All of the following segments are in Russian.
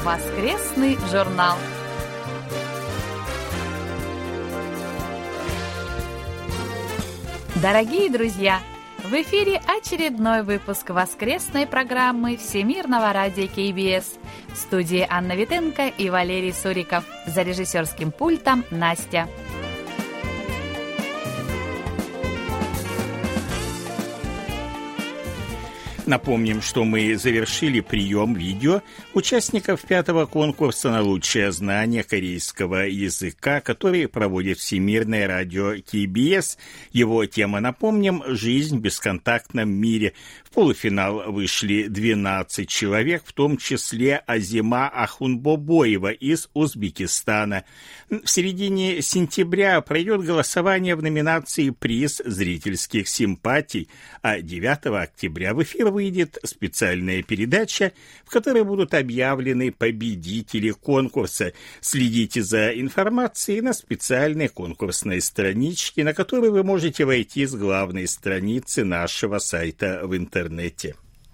Воскресный журнал. Дорогие друзья, в эфире очередной выпуск воскресной программы Всемирного радио КБС. В студии Анна Витенко и Валерий Суриков. За режиссерским пультом Настя. Напомним, что мы завершили прием видео участников 5-го конкурса на лучшее знание корейского языка, который проводит Всемирное радио КБС. Его тема, напомним, «Жизнь в бесконтактном мире». В полуфинал вышли 12 человек, в том числе Азима Ахунбобоева из Узбекистана. В середине сентября пройдет голосование в номинации «Приз зрительских симпатий», а 9 октября в эфир выйдет специальная передача, в которой будут объявлены победители конкурса. Следите за информацией на специальной конкурсной страничке, на которую вы можете войти с главной страницы нашего сайта в интернете.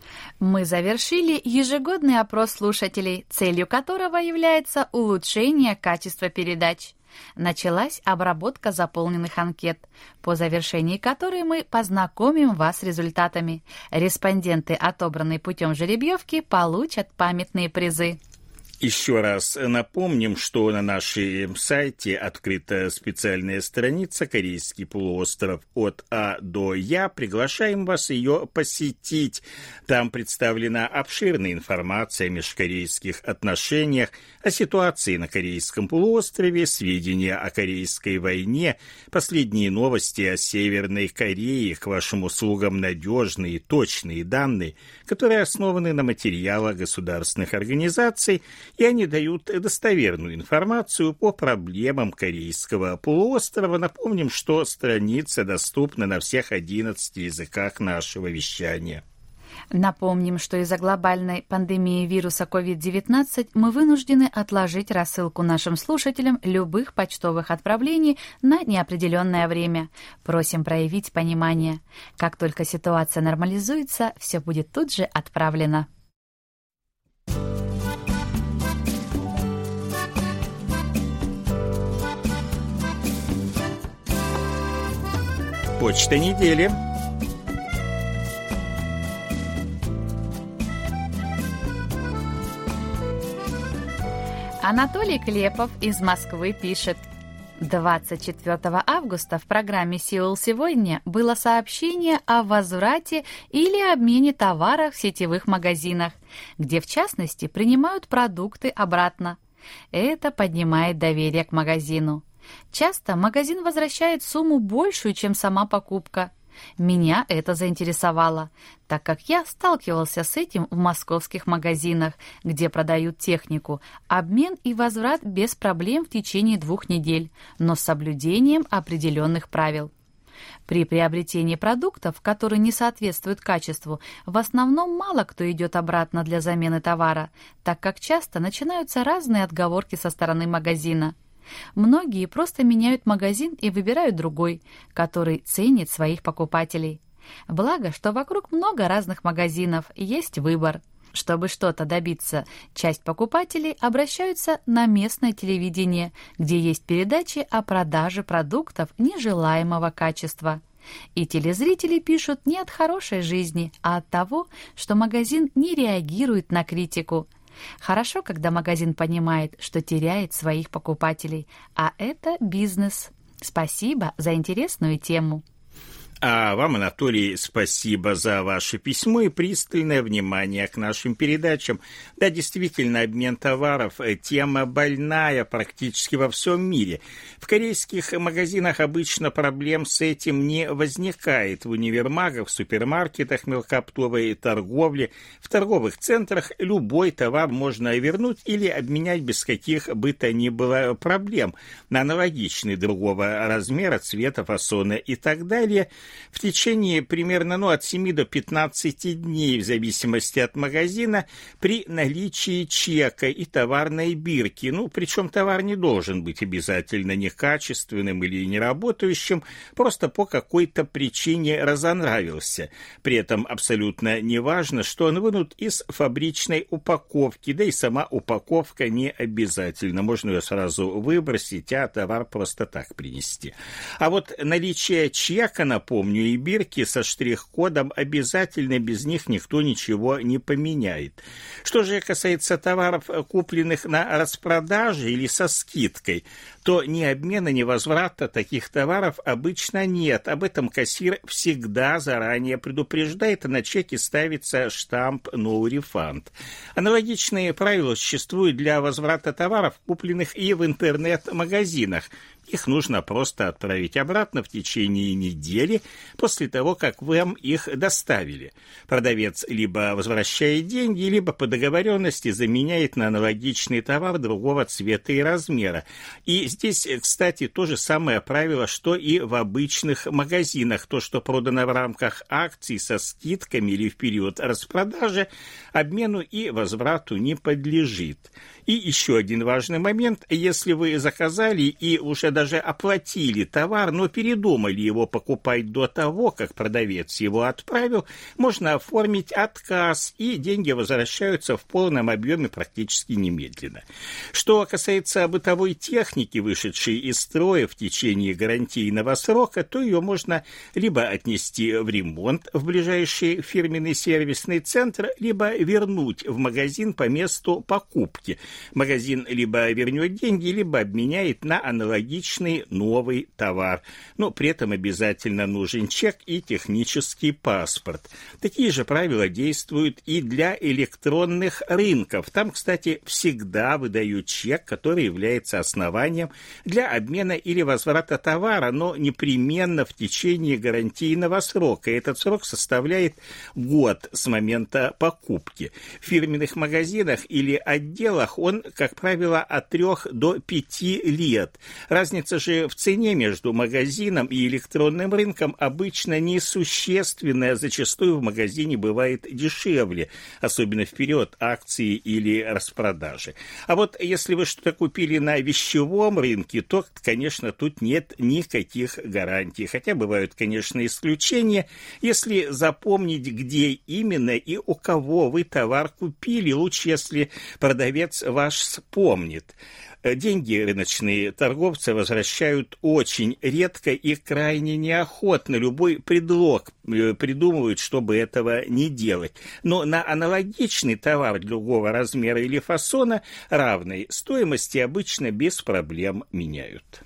Мы завершили ежегодный опрос слушателей, целью которого является улучшение качества передач. Началась обработка заполненных анкет, по завершении которой мы познакомим вас с результатами. Респонденты, отобранные путем жеребьевки, получат памятные призы. Еще раз напомним, что на нашем сайте открыта специальная страница «Корейский полуостров от А до Я». Приглашаем вас ее посетить. Там представлена обширная информация о межкорейских отношениях, о ситуации на Корейском полуострове, сведения о Корейской войне, последние новости о Северной Корее, к вашим услугам надежные, точные данные, которые основаны на материалах государственных организаций, и они дают достоверную информацию по проблемам Корейского полуострова. Напомним, что страница доступна на всех 11 языках нашего вещания. Напомним, что из-за глобальной пандемии вируса COVID-19 мы вынуждены отложить рассылку нашим слушателям любых почтовых отправлений на неопределенное время. Просим проявить понимание. Как только ситуация нормализуется, все будет тут же отправлено. Почта недели. Анатолий Клепов из Москвы пишет. 24 августа в программе «Сеул сегодня» было сообщение о возврате или обмене товаров в сетевых магазинах, где, в частности, принимают продукты обратно. Это поднимает доверие к магазину. Часто магазин возвращает сумму большую, чем сама покупка. Меня это заинтересовало, так как я сталкивался с этим в московских магазинах, где продают технику, обмен и возврат без проблем в течение 2 недель, но с соблюдением определенных правил. При приобретении продуктов, которые не соответствуют качеству, в основном мало кто идет обратно для замены товара, так как часто начинаются разные отговорки со стороны магазина. Многие просто меняют магазин и выбирают другой, который ценит своих покупателей. Благо, что вокруг много разных магазинов, есть выбор. Чтобы что-то добиться, часть покупателей обращаются на местное телевидение, где есть передачи о продаже продуктов нежелаемого качества. И телезрители пишут не от хорошей жизни, а от того, что магазин не реагирует на критику. Хорошо, когда магазин понимает, что теряет своих покупателей, а это бизнес. Спасибо за интересную тему. А вам, Анатолий, спасибо за ваше письмо и пристальное внимание к нашим передачам. Да, действительно, обмен товаров – тема больная практически во всем мире. В корейских магазинах обычно проблем с этим не возникает. В универмагах, в супермаркетах, мелкооптовой торговле, в торговых центрах любой товар можно вернуть или обменять без каких бы то ни было проблем на аналогичный другого размера, цвета, фасона и так далее – в течение примерно от 7 до 15 дней, в зависимости от магазина, при наличии чека и товарной бирки. Причем товар не должен быть обязательно некачественным или неработающим, просто по какой-то причине разонравился. При этом абсолютно не важно, что он вынут из фабричной упаковки, да и сама упаковка не обязательно. Можно ее сразу выбросить, а товар просто так принести. А вот наличие чека, напомню, и бирки со штрих-кодом обязательно, без них никто ничего не поменяет. Что же касается товаров, купленных на распродаже или со скидкой, то ни обмена, ни возврата таких товаров обычно нет. Об этом кассир всегда заранее предупреждает, и на чеке ставится штамп «No refund». Аналогичные правила существуют для возврата товаров, купленных и в интернет-магазинах. Их нужно просто отправить обратно в течение недели после того, как вам их доставили. Продавец либо возвращает деньги, либо по договоренности заменяет на аналогичный товар другого цвета и размера. И здесь, кстати, то же самое правило, что и в обычных магазинах. То, что продано в рамках акций со скидками или в период распродажи, обмену и возврату не подлежит. И еще один важный момент. Если вы заказали и уже даже оплатили товар, но передумали его покупать до того, как продавец его отправил, можно оформить отказ, и деньги возвращаются в полном объеме практически немедленно. Что касается бытовой техники, вышедшей из строя в течение гарантийного срока, то ее можно либо отнести в ремонт в ближайший фирменный сервисный центр, либо вернуть в магазин по месту покупки. Магазин либо вернет деньги, либо обменяет на аналогичный новый товар. Но при этом обязательно нужен чек и технический паспорт. Такие же правила действуют и для электронных рынков. Там, кстати, всегда выдают чек, который является основанием для обмена или возврата товара, но непременно в течение гарантийного срока. Этот срок составляет год с момента покупки. В фирменных магазинах или отделах он, как правило, от 3 до 5 лет. Разница же в цене между магазином и электронным рынком обычно несущественная. Зачастую в магазине бывает дешевле, особенно в период акции или распродажи. А вот если вы что-то купили на вещевом рынке, то, конечно, тут нет никаких гарантий. Хотя бывают, конечно, исключения. Если запомнить, где именно и у кого вы товар купили, лучше, если продавец ваш помнит. Деньги рыночные торговцы возвращают очень редко и крайне неохотно. Любой предлог придумывают, чтобы этого не делать. Но на аналогичный товар другого размера или фасона равной стоимости обычно без проблем меняют.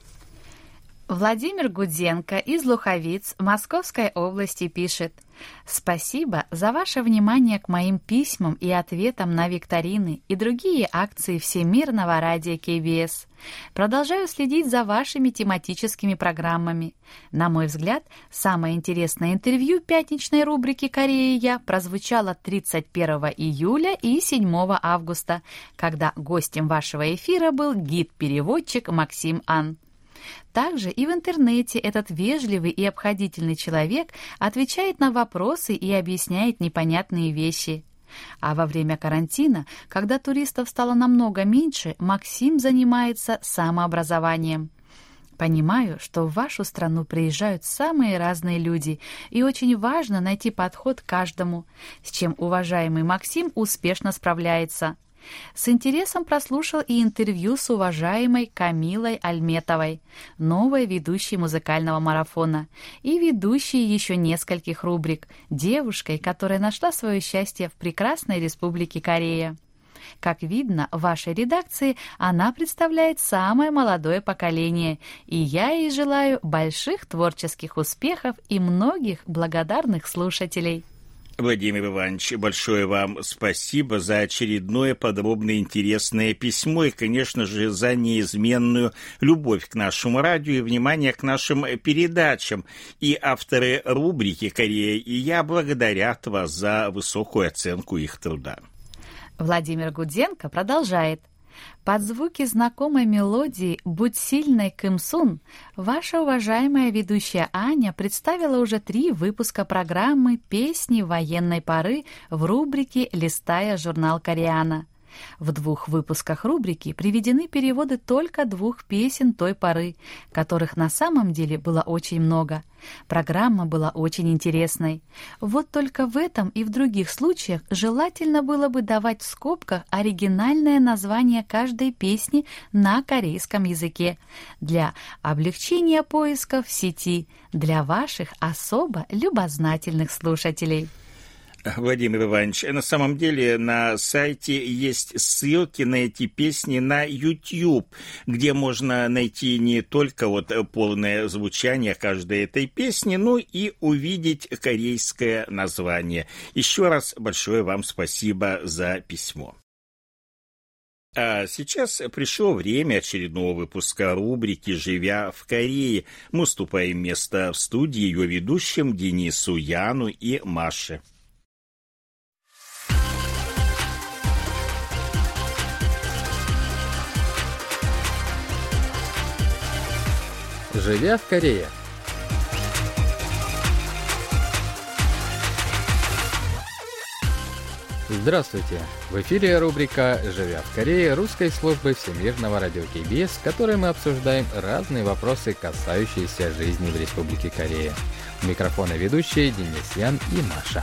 Владимир Гудзенко из Луховиц Московской области пишет: «Спасибо за ваше внимание к моим письмам и ответам на викторины и другие акции Всемирного радио КБС. Продолжаю следить за вашими тематическими программами. На мой взгляд, самое интересное интервью пятничной рубрики «Корея» прозвучало 31 июля и 7 августа, когда гостем вашего эфира был гид-переводчик Максим Ан. Также и в интернете этот вежливый и обходительный человек отвечает на вопросы и объясняет непонятные вещи. А во время карантина, когда туристов стало намного меньше, Максим занимается самообразованием. Понимаю, что в вашу страну приезжают самые разные люди, и очень важно найти подход к каждому, с чем уважаемый Максим успешно справляется. С интересом прослушал и интервью с уважаемой Камилой Альметовой, новой ведущей музыкального марафона и ведущей еще нескольких рубрик, девушкой, которая нашла свое счастье в прекрасной республике Корея. Как видно, в вашей редакции она представляет самое молодое поколение, и я ей желаю больших творческих успехов и многих благодарных слушателей. Владимир Иванович, большое вам спасибо за очередное подробное интересное письмо и, конечно же, за неизменную любовь к нашему радио и внимание к нашим передачам. И авторы рубрики «Корея и я» благодарят вас за высокую оценку их труда. Владимир Гудзенко продолжает. Под звуки знакомой мелодии «Будь сильной, Ким Сун» ваша уважаемая ведущая Аня представила уже 3 выпуска программы «Песни военной поры» в рубрике «Листая журнал Кореяна». В 2 выпусках рубрики приведены переводы только 2 песен той поры, которых на самом деле было очень много. Программа была очень интересной. Вот только в этом и в других случаях желательно было бы давать в скобках оригинальное название каждой песни на корейском языке для облегчения поиска в сети для ваших особо любознательных слушателей. Владимир Иванович, на самом деле на сайте есть ссылки на эти песни на YouTube, где можно найти не только полное звучание каждой этой песни, но и увидеть корейское название. Еще раз большое вам спасибо за письмо. А сейчас пришло время очередного выпуска рубрики «Живя в Корее». Мы уступаем место в студии ее ведущим Денису, Яну и Маше. Живя в Корее. Здравствуйте! В эфире рубрика «Живя в Корее» русской службы Всемирного радио КБС, в которой мы обсуждаем разные вопросы, касающиеся жизни в Республике Корея. У микрофона ведущие Денис, Ян и Маша.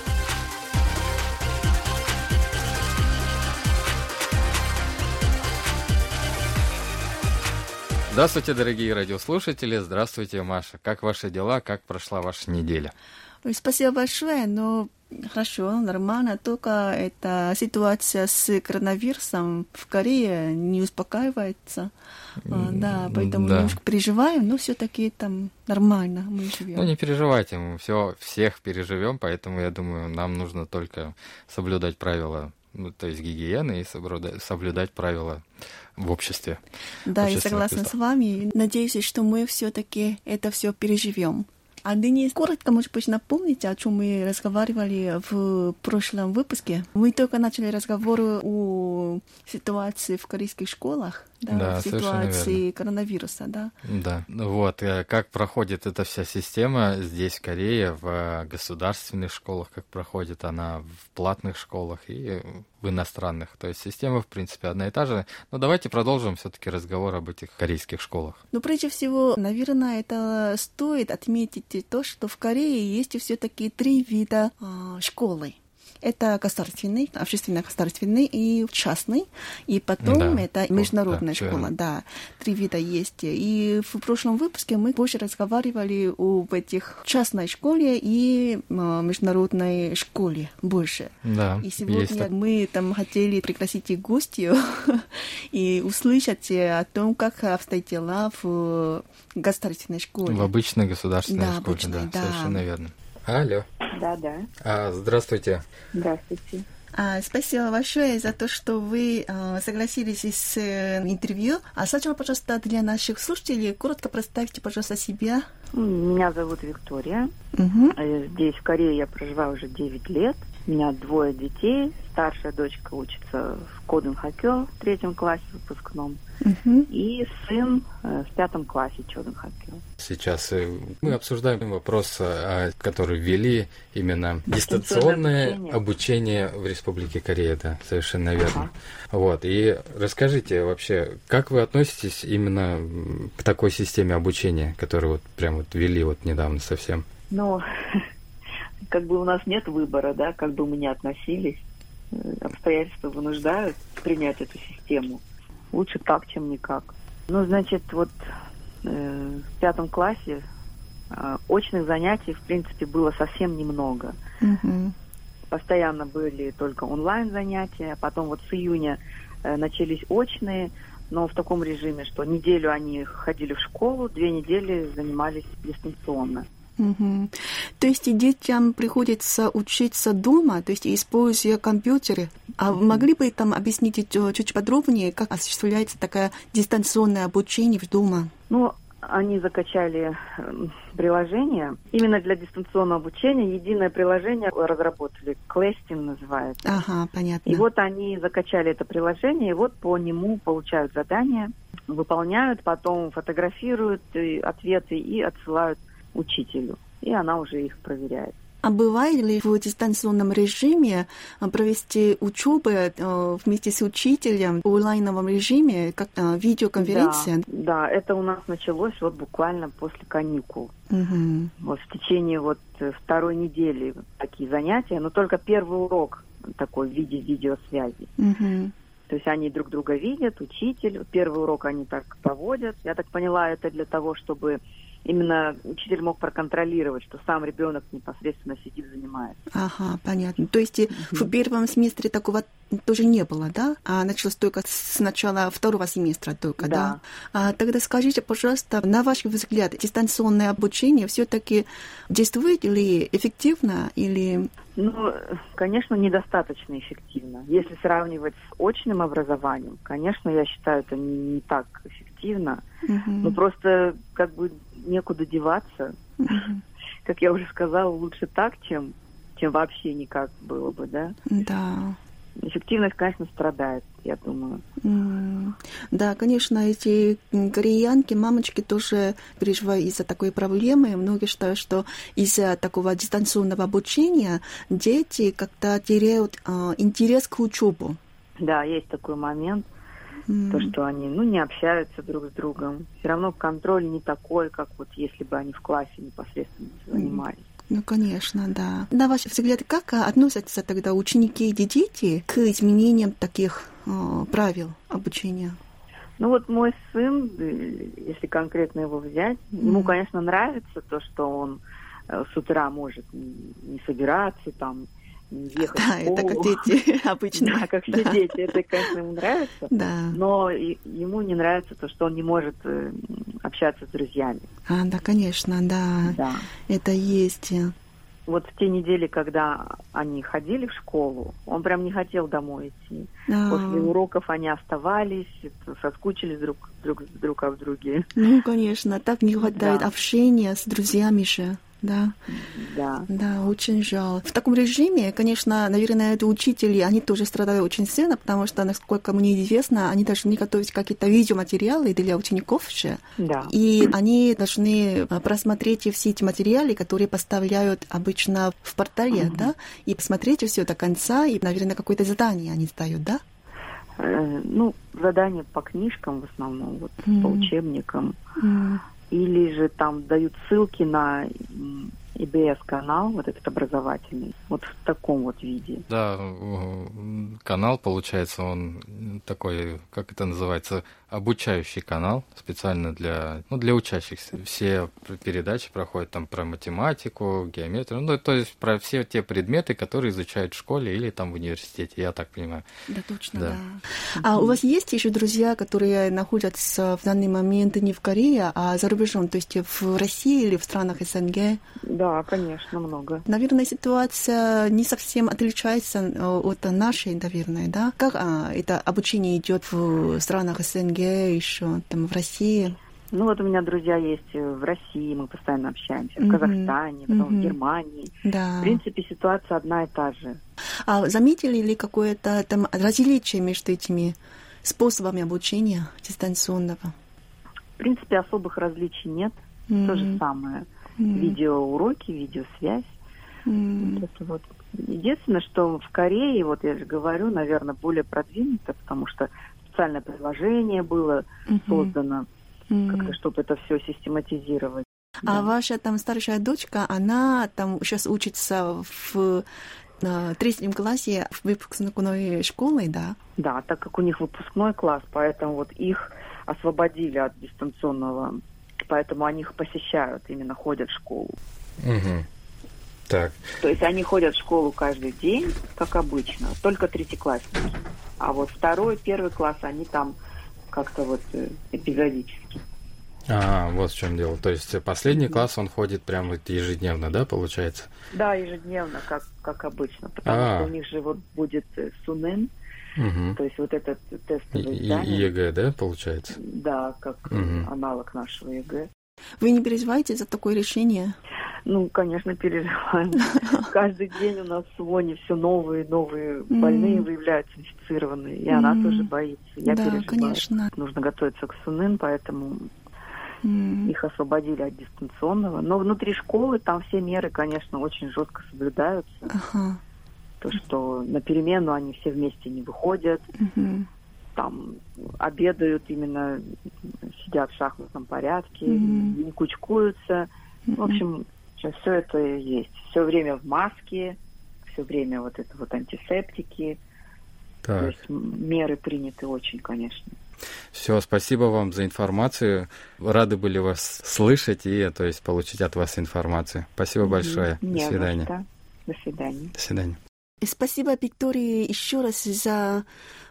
Здравствуйте, дорогие радиослушатели. Здравствуйте, Маша. Как ваши дела? Как прошла ваша неделя? Спасибо большое, но хорошо, нормально. Только эта ситуация с коронавирусом в Корее не успокаивается. Да, поэтому немножко переживаем, но все-таки там нормально мы живем. Ну, не переживайте, мы всех переживем, поэтому, я думаю, нам нужно только соблюдать правила, то есть гигиены, и соблюдать правила в обществе. Да, я согласна с вами. Надеюсь, что мы все-таки это все переживем. А Денис, коротко, может быть, напомните, о чем мы разговаривали в прошлом выпуске? Мы только начали разговор о ситуации в корейских школах, в ситуации коронавируса, да? Да, вот, как проходит эта вся система здесь, в Корее, в государственных школах, как проходит она в платных школах и в иностранных. То есть система, в принципе, одна и та же. Но давайте продолжим все-таки разговор об этих корейских школах. Ну, прежде всего, наверное, это стоит отметить то, что в Корее есть все-таки 3 вида школы. Это государственный, общественно-государственный и частный. И потом это международная школа. Да, 3 вида есть. И в прошлом выпуске мы больше разговаривали об этих частной школе и международной школе больше. Да, и сегодня мы там хотели пригласить гостью и услышать о том, как обстоят дела в государственной школе. В обычной государственной школе, да, совершенно верно. Алло. Да. Здравствуйте. Здравствуйте. Спасибо большое за то, что вы согласились с интервью. Сначала, пожалуйста, для наших слушателей коротко представьте, пожалуйста, себя. Меня зовут Виктория. Здесь, в Корее, я проживаю уже 9 лет. У меня 2 детей. Старшая дочка учится в Кодунхакё в 3 классе выпускном. И сын в 5 классе Чодунхакё. Сейчас мы обсуждаем вопрос, который ввели именно дистанционное обучение в Республике Корея, да, совершенно верно. Вот, и расскажите вообще, как вы относитесь именно к такой системе обучения, которую прям ввели недавно совсем? Ну, как бы у нас нет выбора, да, как бы мы ни относились, обстоятельства вынуждают принять эту систему. Лучше так, чем никак. Ну, значит, в 5 классе очных занятий, в принципе, было совсем немного. Постоянно были только онлайн-занятия, потом с июня начались очные, но в таком режиме, что неделю они ходили в школу, 2 недели занимались дистанционно. То есть детям приходится учиться дома, то есть используя компьютеры. А могли бы там объяснить чуть подробнее, как осуществляется такое дистанционное обучение в дома? Ну, они закачали приложение именно для дистанционного обучения. Единое приложение разработали, Classroom называется. Ага, понятно. И вот они закачали это приложение, и вот по нему получают задания, выполняют, потом фотографируют ответы и отсылают учителю. И она уже их проверяет. А бывает ли в дистанционном режиме провести учебу вместе с учителем в онлайновом режиме, как видеоконференция? Да, это у нас началось вот буквально после каникул. Угу. Вот в течение вот второй недели такие занятия, но только первый урок такой в виде видеосвязи. Угу. То есть они друг друга видят, учитель. Первый урок они так проводят. Я так поняла, это для того, чтобы именно учитель мог проконтролировать, что сам ребенок непосредственно сидит, занимается. Ага, понятно. То есть в первом семестре такого тоже не было, да? А началось только с начала второго семестра только, да? А тогда скажите, пожалуйста, на ваш взгляд, дистанционное обучение все-таки действует ли эффективно или... Ну, конечно, недостаточно эффективно. Если сравнивать с очным образованием, конечно, я считаю, это не так эффективно. Но просто как бы некуда деваться. Как я уже сказала, лучше так, чем вообще никак было бы, да? Да. Эффективность, конечно, страдает, я думаю. Да, конечно, эти кореянки, мамочки тоже переживают из-за такой проблемы. Многие считают, что из-за такого дистанционного обучения дети как-то теряют интерес к учебе. Да, есть такой момент, то, что они не общаются друг с другом. Все равно контроль не такой, как вот если бы они в классе непосредственно занимались. Ну, конечно, да. На ваш взгляд, как относятся тогда ученики и дети к изменениям таких правил обучения? Ну, вот мой сын, если конкретно его взять, ему, конечно, нравится то, что он с утра может не собираться, там, не ехать в школу. Да, это как дети обычно. Да, как все дети. Это, конечно, ему нравится. Да. Но ему не нравится то, что он не может общаться с друзьями. Да, конечно, да. Это есть. Вот в те недели, когда они ходили в школу, он прям не хотел домой идти. После уроков они оставались, соскучились друг об друге. Ну, конечно, так не хватает общения с друзьями же. Да. Да, очень жаль. В таком режиме, конечно, наверное, это учители, они тоже страдают очень сильно, потому что, насколько мне известно, они должны готовить какие-то видеоматериалы для учеников же. Да. И они должны просмотреть все эти материалы, которые поставляют обычно в портале, да, и посмотреть все до конца, и, наверное, какое-то задание они ставят, да? Задания по книжкам в основном, вот, по учебникам. Или же там дают ссылки на ИБС-канал, вот этот образовательный, вот в таком вот виде. Да, канал, получается, он такой, как это называется, обучающий канал, специально для учащихся. Все передачи проходят там про математику, геометрию, то есть про все те предметы, которые изучают в школе или там в университете, я так понимаю. Да, точно, да. А у вас есть еще друзья, которые находятся в данный момент не в Корее, а за рубежом, то есть в России или в странах СНГ? Да, конечно, много. Наверное, ситуация не совсем отличается от нашей, наверное, да? Как это обучение идет в странах СНГ, еще там в России? Ну вот у меня друзья есть в России, мы постоянно общаемся, в Казахстане, потом в Германии. Да. В принципе, ситуация одна и та же. А заметили ли какое-то там различие между этими способами обучения дистанционного? В принципе, особых различий нет. То же самое. Видеоуроки, видеосвязь. Вот это вот. Единственное, что в Корее, вот я же говорю, наверное, более продвинуто, потому что специальное приложение было создано, как-то, чтобы это все систематизировать. А ваша там старшая дочка, она там сейчас учится в третьем классе в выпускной школе, да? Да, так как у них выпускной класс, поэтому вот их освободили от дистанционного, поэтому они их посещают, именно ходят в школу. Так. То есть они ходят в школу каждый день, как обычно, только третьеклассники. А вот второй, первый класс, они там как-то вот эпизодически. Вот в чем дело. То есть последний класс, он ходит прямо ежедневно, да, получается? Да, ежедневно, как обычно, потому что у них же вот будет СУНЭН, то есть вот этот тестовый экзамен. ЕГЭ, да, получается? Да, как аналог нашего ЕГЭ. Вы не переживаете за такое решение? Ну, конечно, переживаем. Каждый день у нас в СВОНе все новые больные выявляются, инфицированные. И она тоже боится. Я переживаю. Конечно. Нужно готовиться к СУНИН, поэтому их освободили от дистанционного. Но внутри школы там все меры, конечно, очень жестко соблюдаются. То, что на перемену они все вместе не выходят. Там обедают именно, сидят в шахматном порядке, не кучкуются. В общем, все это есть. Все время в маске, все время вот это вот антисептики. Так. То есть меры приняты очень, конечно. Все, спасибо вам за информацию. Рады были вас слышать и, то есть, получить от вас информацию. Спасибо большое. До свидания. До свидания. До свидания. Спасибо, Виктория, еще раз за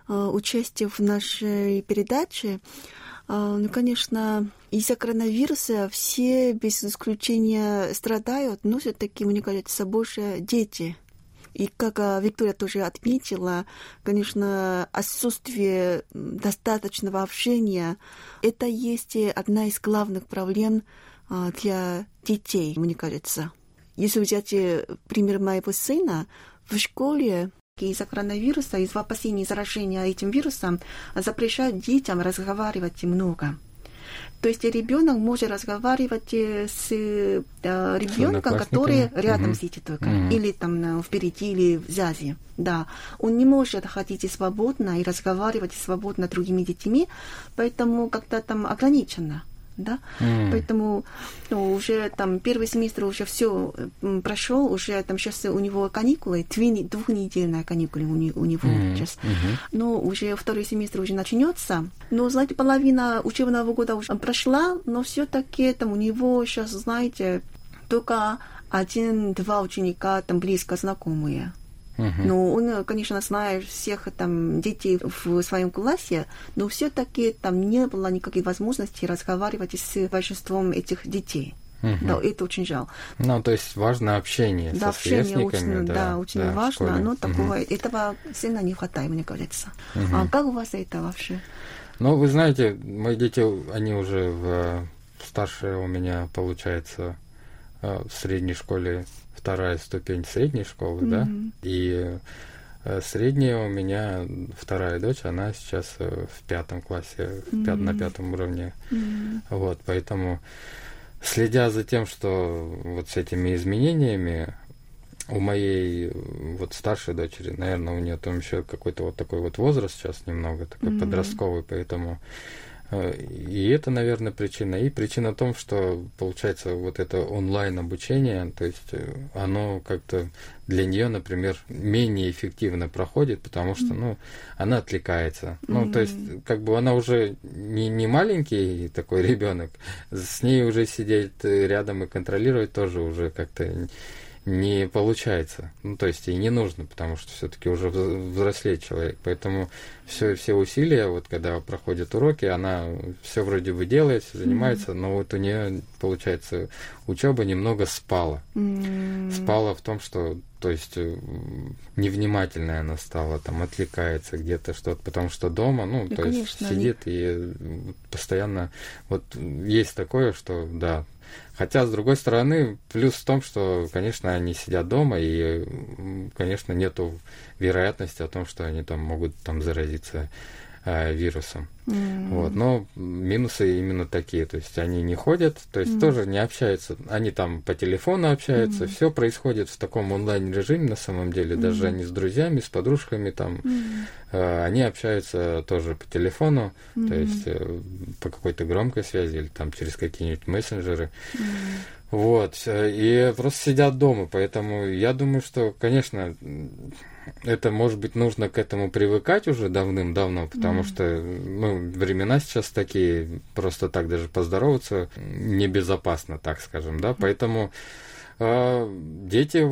участие в нашей передаче. Ну, конечно, из-за коронавируса все без исключения страдают, но все-таки, мне кажется, больше дети. И как Виктория тоже отметила, конечно, отсутствие достаточного общения – это есть одна из главных проблем для детей, мне кажется. Если взять пример моего сына, в школе из-за коронавируса, из-за опасений заражения этим вирусом запрещают детям разговаривать много. То есть ребенок может разговаривать с ребенком, который рядом сидит только, или там впереди, или сзади. Да, он не может ходить свободно и разговаривать свободно с другими детьми, поэтому как-то там ограничено. Да? Поэтому уже там первый семестр уже все прошел, уже там сейчас у него каникулы, двухнедельные каникулы у него сейчас. Но уже второй семестр уже начнется. Но, знаете, половина учебного года уже прошла, но все-таки там у него сейчас, знаете, только 1-2 ученика там близко знакомые. Ну, он, конечно, знает всех там детей в своем классе, но все-таки там не было никакой возможности разговаривать с большинством этих детей. Да, это очень жаль. Ну, то есть важно общение со сверстниками. Да, очень важно, но такого, этого сильно не хватает, мне кажется. А как у вас это вообще? Ну, вы знаете, мои дети, они уже старшие у меня, получается, в средней школе, вторая ступень средней школы, да, и средняя у меня вторая дочь, она сейчас в 5 классе, на 5 уровне, вот, поэтому, следя за тем, что вот с этими изменениями, у моей вот старшей дочери, наверное, у нее там еще какой-то вот такой вот возраст сейчас немного, такой подростковый, поэтому... И это, наверное, причина. И причина в том, что, получается, вот это онлайн-обучение, то есть оно как-то для нее, например, менее эффективно проходит, потому что, ну, она отвлекается. Ну, то есть, как бы она уже не маленький такой ребенок, с ней уже сидеть рядом и контролировать тоже уже как-то не получается. Ну, то есть и не нужно, потому что все-таки уже взрослеет человек. Поэтому все усилия, вот когда проходят уроки, она все вроде бы делает, все занимается, но вот у нее, получается, учеба немного спала. Спала в том, что, то есть, невнимательная она стала, там, отвлекается где-то что-то, потому что дома, ну, то есть, сидит и постоянно, вот есть такое, что, да. Хотя, с другой стороны, плюс в том, что, конечно, они сидят дома, и, конечно, нету вероятности о том, что они там могут там заразиться вирусом. Вот. Но минусы именно такие, то есть они не ходят, то есть тоже не общаются, они там по телефону общаются, все происходит в таком онлайн-режиме на самом деле, даже они с друзьями, с подружками там, они общаются тоже по телефону, то есть по какой-то громкой связи или там через какие-нибудь мессенджеры. Вот, и просто сидят дома, поэтому я думаю, что, конечно, это, может быть, нужно к этому привыкать уже давным-давно, потому что, ну, времена сейчас такие, просто так даже поздороваться небезопасно, так скажем, да, поэтому дети вот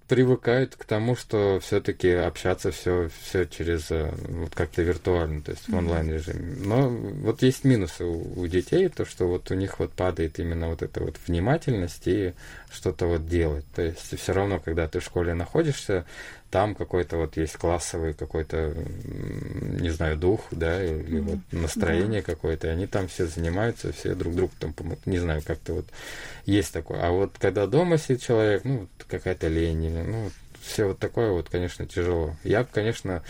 привыкают к тому, что все-таки общаться все через вот как-то виртуально, то есть в онлайн-режиме. Но вот есть минусы у детей, то, что вот у них вот падает именно вот эта вот внимательность и что-то вот делать. То есть все равно, когда ты в школе находишься, там какой-то вот есть классовый какой-то, не знаю, дух, да, или вот настроение какое-то, и они там все занимаются, все друг другу там помогают, не знаю, как-то вот есть такое. А вот когда дома сидит человек, ну, какая-то лень, или, ну, все вот такое вот, конечно, тяжело. Я, конечно,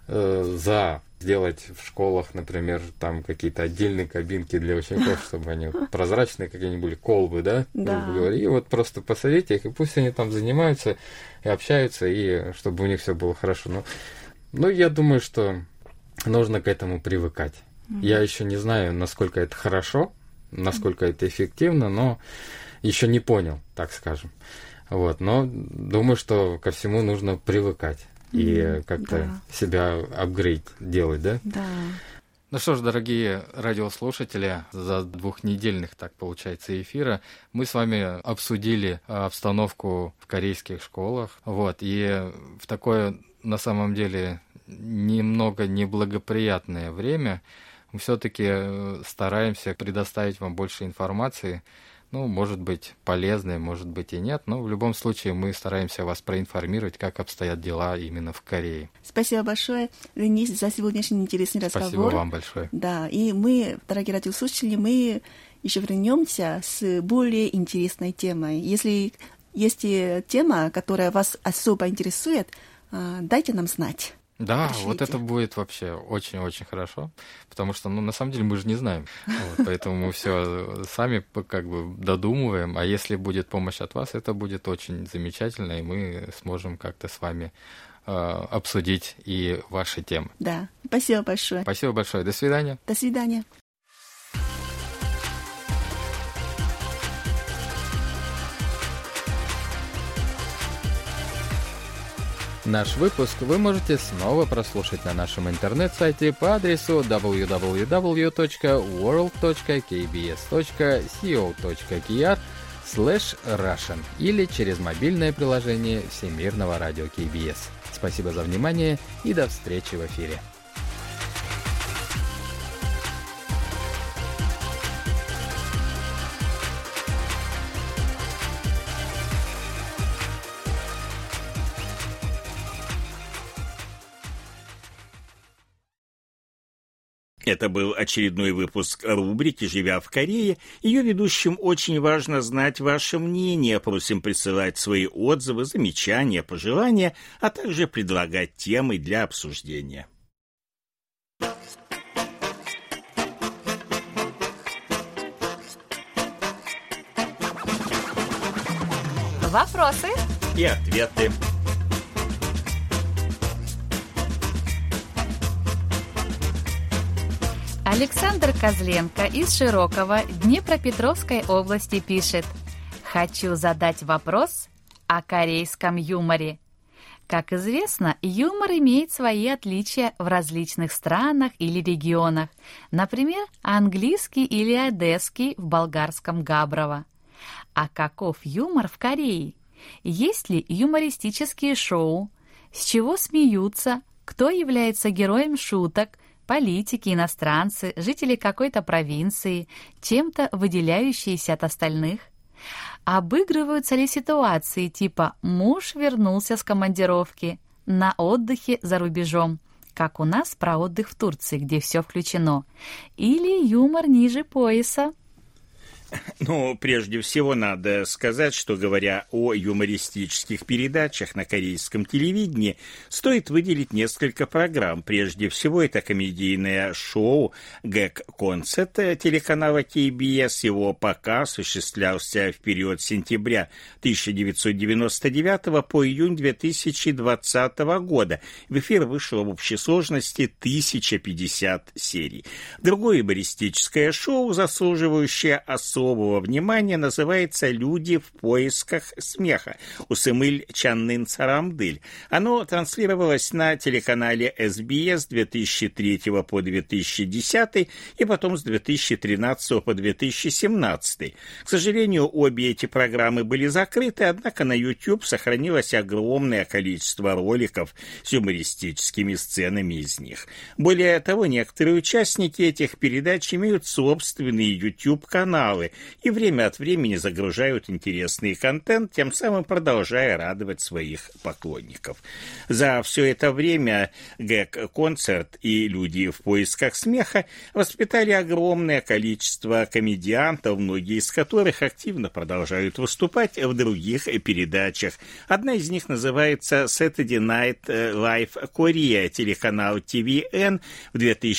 за сделать в школах, например, там какие-то отдельные кабинки для учеников, чтобы они прозрачные какие-нибудь колбы, да, грубо говоря, и вот просто посадить их, и пусть они там занимаются и общаются, и чтобы у них все было хорошо. Но я думаю, что нужно к этому привыкать. Я еще не знаю, насколько это хорошо, насколько это эффективно, но еще не понял, так скажем. Вот, но думаю, что ко всему нужно привыкать. И как-то себя апгрейд делать, да? Да. Ну что ж, дорогие радиослушатели, за двухнедельных, так получается, эфира мы с вами обсудили обстановку в корейских школах. Вот, и в такое, на самом деле, немного неблагоприятное время мы все-таки стараемся предоставить вам больше информации. Ну, может быть, полезные, может быть и нет, но в любом случае мы стараемся вас проинформировать, как обстоят дела именно в Корее. Спасибо большое, Денис, за сегодняшний интересный разговор. Спасибо вам большое. Да, и мы, дорогие радиослушатели, мы еще вернемся с более интересной темой. Если есть тема, которая вас особо интересует, дайте нам знать. Да, Пришлите. Вот это будет вообще очень-очень хорошо, потому что, ну, на самом деле мы же не знаем, вот, поэтому мы все сами как бы додумываем, а если будет помощь от вас, это будет очень замечательно, и мы сможем как-то с вами обсудить и ваши темы. Да, спасибо большое. Спасибо большое, до свидания. До свидания. Наш выпуск вы можете снова прослушать на нашем интернет-сайте по адресу www.world.kbs.co.kr/Russian или через мобильное приложение Всемирного радио KBS. Спасибо за внимание и до встречи в эфире. Это был очередной выпуск рубрики «Живя в Корее». Ее ведущим очень важно знать ваше мнение. Просим присылать свои отзывы, замечания, пожелания, а также предлагать темы для обсуждения. Вопросы и ответы. Александр Козленко из Широкого Днепропетровской области пишет: «Хочу задать вопрос о корейском юморе. Как известно, юмор имеет свои отличия в различных странах или регионах, например, английский или одесский в болгарском Габрово. А каков юмор в Корее? Есть ли юмористические шоу? С чего смеются? Кто является героем шуток? Политики, иностранцы, жители какой-то провинции, чем-то выделяющиеся от остальных? Обыгрываются ли ситуации типа «муж вернулся с командировки», «на отдыхе за рубежом», как у нас про отдых в Турции, где все включено, или юмор ниже пояса? Ну, прежде всего, надо сказать, что, говоря о юмористических передачах на корейском телевидении, стоит выделить несколько программ. Прежде всего, это комедийное шоу «Гэг Концерт» телеканала KBS. Его показ осуществлялся в период с сентября 1999 по июнь 2020 года. В эфир вышло в общей сложности 1050 серий. Другое юмористическое шоу, заслуживающее особого особого внимания называется «Люди в поисках смеха» Усымыль Чаннын Царамдыль. Оно транслировалось на телеканале СБС с 2003 по 2010 и потом с 2013 по 2017. К сожалению, обе эти программы были закрыты, однако на YouTube сохранилось огромное количество роликов с юмористическими сценами из них. Более того, некоторые участники этих передач имеют собственные YouTube-каналы и время от времени загружают интересный контент, тем самым продолжая радовать своих поклонников. За все это время Гэг-концерт и «Люди в поисках смеха» воспитали огромное количество комедиантов, многие из которых активно продолжают выступать в других передачах. Одна из них называется Saturday Night Live Korea. Телеканал TVN в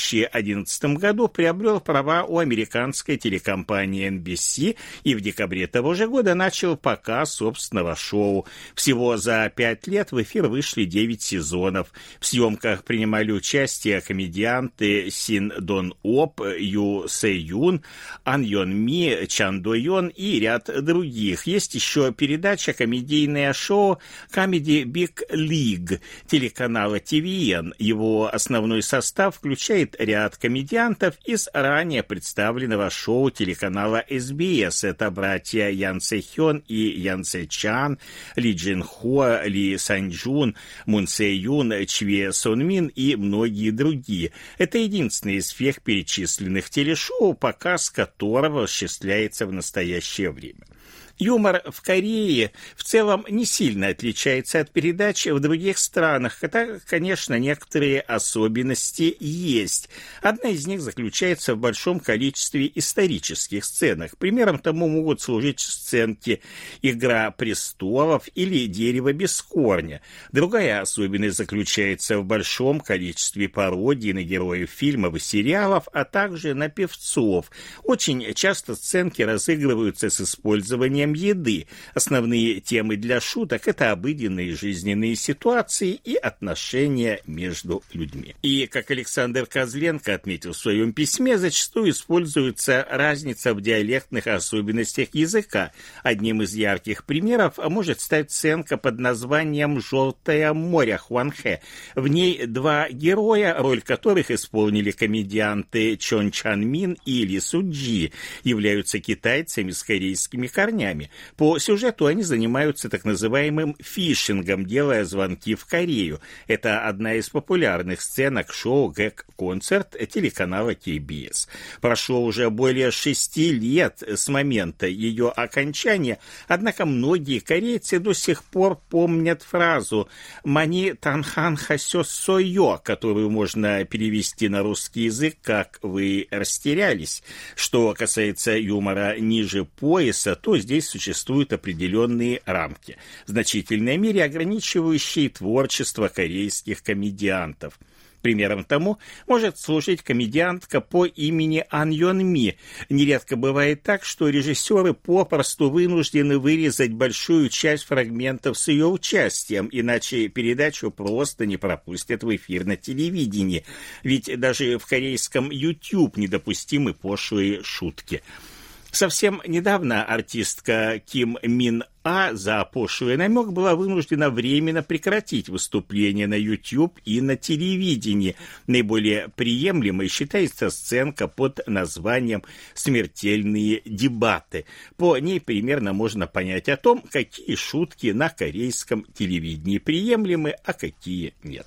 2011 году приобрел права у американской телекомпании NBC и в декабре того же года начал показ собственного шоу. Всего за 5 лет в эфир вышли 9 сезонов. В съемках принимали участие комедианты Син Дон Оп, Ю Сэ Юн, Ан Йон Ми, Чан До Йон и ряд других. Есть еще передача «Комедийное шоу Comedy Big League» телеканала TVN. Его основной состав включает ряд комедиантов из ранее представленного шоу телеканала SBS. Это братья Ян Сэ Хён и Ян Сэ Чан, Ли Джин Хо, Ли Сан Джун, Мун Сэ Юн, Чве Сон Мин и многие другие. Это единственное из всех перечисленных телешоу, показ которого осуществляется в настоящее время. Юмор в Корее в целом не сильно отличается от передач в других странах, хотя, конечно, некоторые особенности есть. Одна из них заключается в большом количестве исторических сценок. Примером тому могут служить сценки «Игра престолов» или «Дерево без корня». Другая особенность заключается в большом количестве пародий на героев фильмов и сериалов, а также на певцов. Очень часто сценки разыгрываются с использованием еды. Основные темы для шуток – это обыденные жизненные ситуации и отношения между людьми. И, как Александр Козленко отметил в своем письме, зачастую используется разница в диалектных особенностях языка. Одним из ярких примеров может стать сценка под названием «Желтое море» Хванхэ. В ней два героя, роль которых исполнили комедианты Чон Чан Мин и Ли Суджи, являются китайцами с корейскими корнями. По сюжету они занимаются так называемым фишингом, делая звонки в Корею. Это одна из популярных сценок шоу «Гэг-концерт» телеканала KBS. Прошло уже более 6 лет с момента ее окончания, однако многие корейцы до сих пор помнят фразу «Мани танхан хасё сойо», которую можно перевести на русский язык как «Вы растерялись». Что касается юмора ниже пояса, то здесь существуют определенные рамки, в значительной мере ограничивающие творчество корейских комедиантов. Примером тому может служить комедиантка по имени Ан Йон Ми. Нередко бывает так, что режиссеры попросту вынуждены вырезать большую часть фрагментов с ее участием, иначе передачу просто не пропустят в эфир на телевидении. Ведь даже в корейском YouTube недопустимы пошлые шутки. Совсем недавно артистка Ким Мин А за пошлый намек была вынуждена временно прекратить выступление на YouTube и на телевидении. Наиболее приемлемой считается сценка под названием «Смертельные дебаты». По ней примерно можно понять о том, какие шутки на корейском телевидении приемлемы, а какие нет.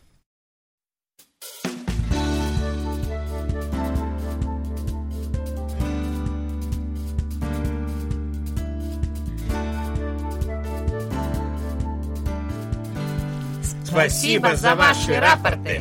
Спасибо за ваши рапорты.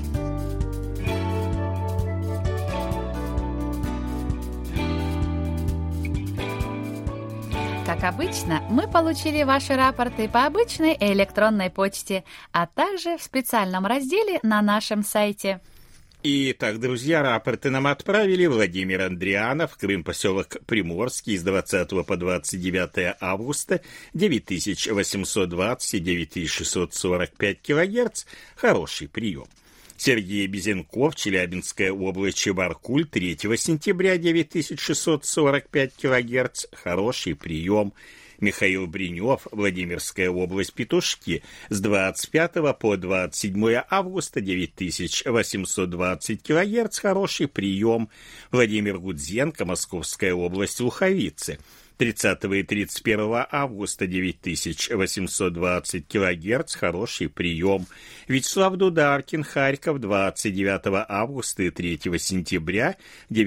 Как обычно, мы получили ваши рапорты по обычной электронной почте, а также в специальном разделе на нашем сайте. Итак, друзья, рапорты нам отправили Владимир Андрианов, Крым, поселок Приморский, с 20 по 29 августа, 9820 и 9645 килогерц. Хороший прием. Сергей Безенков, Челябинская область, Чебаркуль, 3 сентября, 9645 кГц, хороший прием. Михаил Бринев, Владимирская область, Петушки, с 25 по 27 августа, 9820 кГц, хороший прием. Владимир Гудзенко, Московская область, Луховицы, 30 и 31 августа, 9820 кГц, хороший прием. Вячеслав Дударкин, Харьков, 29 августа и 3 сентября,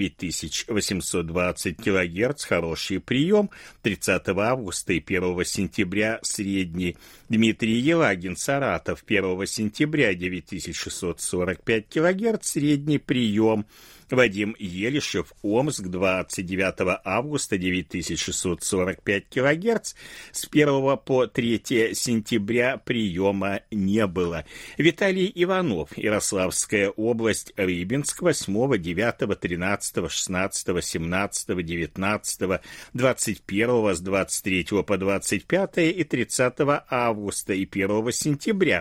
9820 кГц, хороший прием. 30 августа и 1 сентября, средний. Дмитрий Елагин, Саратов, 1 сентября, 9645 кГц, средний прием. Вадим Елишев, Омск, 29 августа, 9645 кГц. С 1 по 3 сентября приема не было. Виталий Иванов, Ярославская область, Рыбинск, 8, 9, 13, 16, 17, 19, 21, с 23 по 25 и 30 августа и 1 сентября.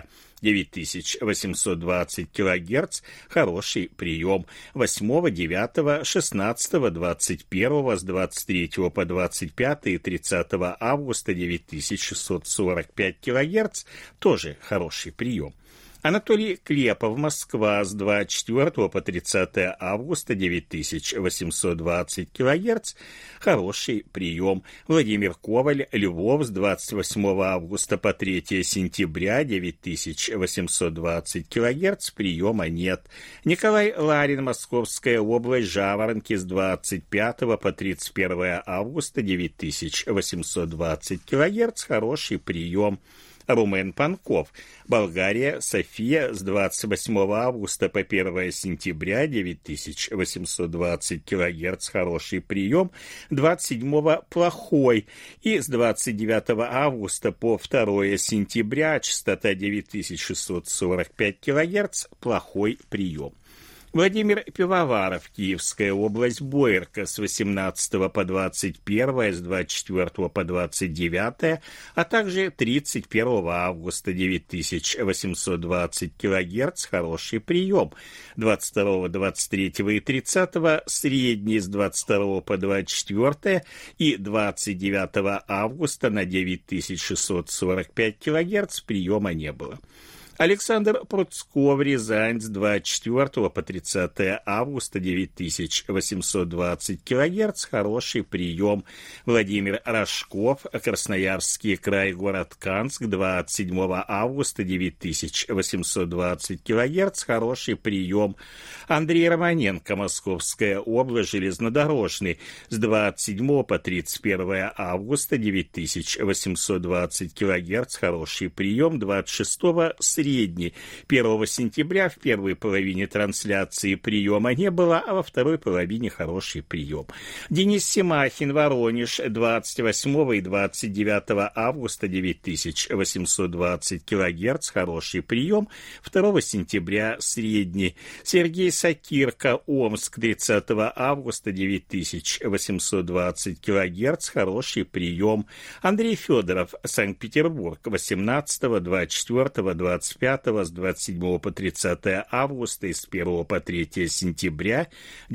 9820 кГц, хороший прием. 8, 9, 16, 21, с 23 по 25 и 30 августа 9645 кГц, тоже хороший прием. Анатолий Клепов, Москва, с 24 по 30 августа, 9820 кГц, хороший прием. Владимир Коваль, Львов, с 28 августа по 3 сентября, 9820 кГц, приема нет. Николай Ларин, Московская область, Жаворонки, с 25 по 31 августа, 9820 кГц, хороший прием. Румен Панков, Болгария, София, с 28 августа по 1 сентября, 9820 кГц, хороший прием. 27 плохой. И с 29 августа по 2 сентября, частота 9645 кГц, плохой прием. Владимир Пивоваров, Киевская область, Боярка, с 18 по 21, с 24 по 29, а также 31 августа, 9820 кГц, хороший прием. 22, 23 и 30, средний, с 22 по 24 и 29 августа на 9645 кГц, приема не было. Александр Пруцков, Рязань, с 24 по 30 августа, 9820 кГц, хороший прием. Владимир Рожков, Красноярский край, город Канск, 27 августа, 9820 кГц, хороший прием. Андрей Романенко, Московская область, железнодорожный, с 27 по 31 августа, 9820 кГц, хороший прием. 26 средний. 1 сентября в первой половине трансляции приема не было, а во второй половине хороший прием. Денис Семахин, Воронеж, 28 и 29 августа, 9820 кГц, хороший прием. 2 сентября средний. Сергей Сакирко, Омск, 30 августа, 9820 кГц, хороший прием. Андрей Федоров, Санкт-Петербург, 18, 24, 25, с 27 по 30 августа и с 1 по 3 сентября,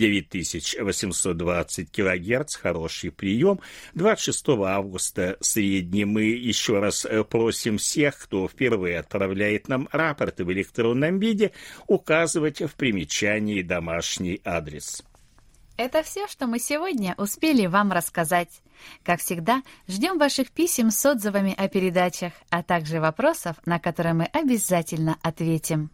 9820 кГц, хороший прием. 26 августа средний. Мы еще раз просим всех, кто впервые отправляет нам рапорты в электронном виде, указывать в примечании домашний адрес. Это все, что мы сегодня успели вам рассказать. Как всегда, ждем ваших писем с отзывами о передачах, а также вопросов, на которые мы обязательно ответим.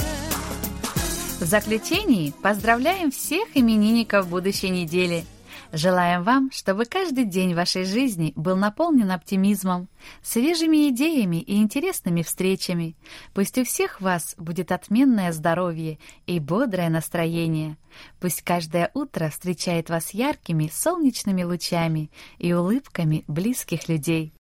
В заключении поздравляем всех именинников будущей недели. Желаем вам, чтобы каждый день вашей жизни был наполнен оптимизмом, свежими идеями и интересными встречами. Пусть у всех вас будет отменное здоровье и бодрое настроение. Пусть каждое утро встречает вас яркими солнечными лучами и улыбками близких людей.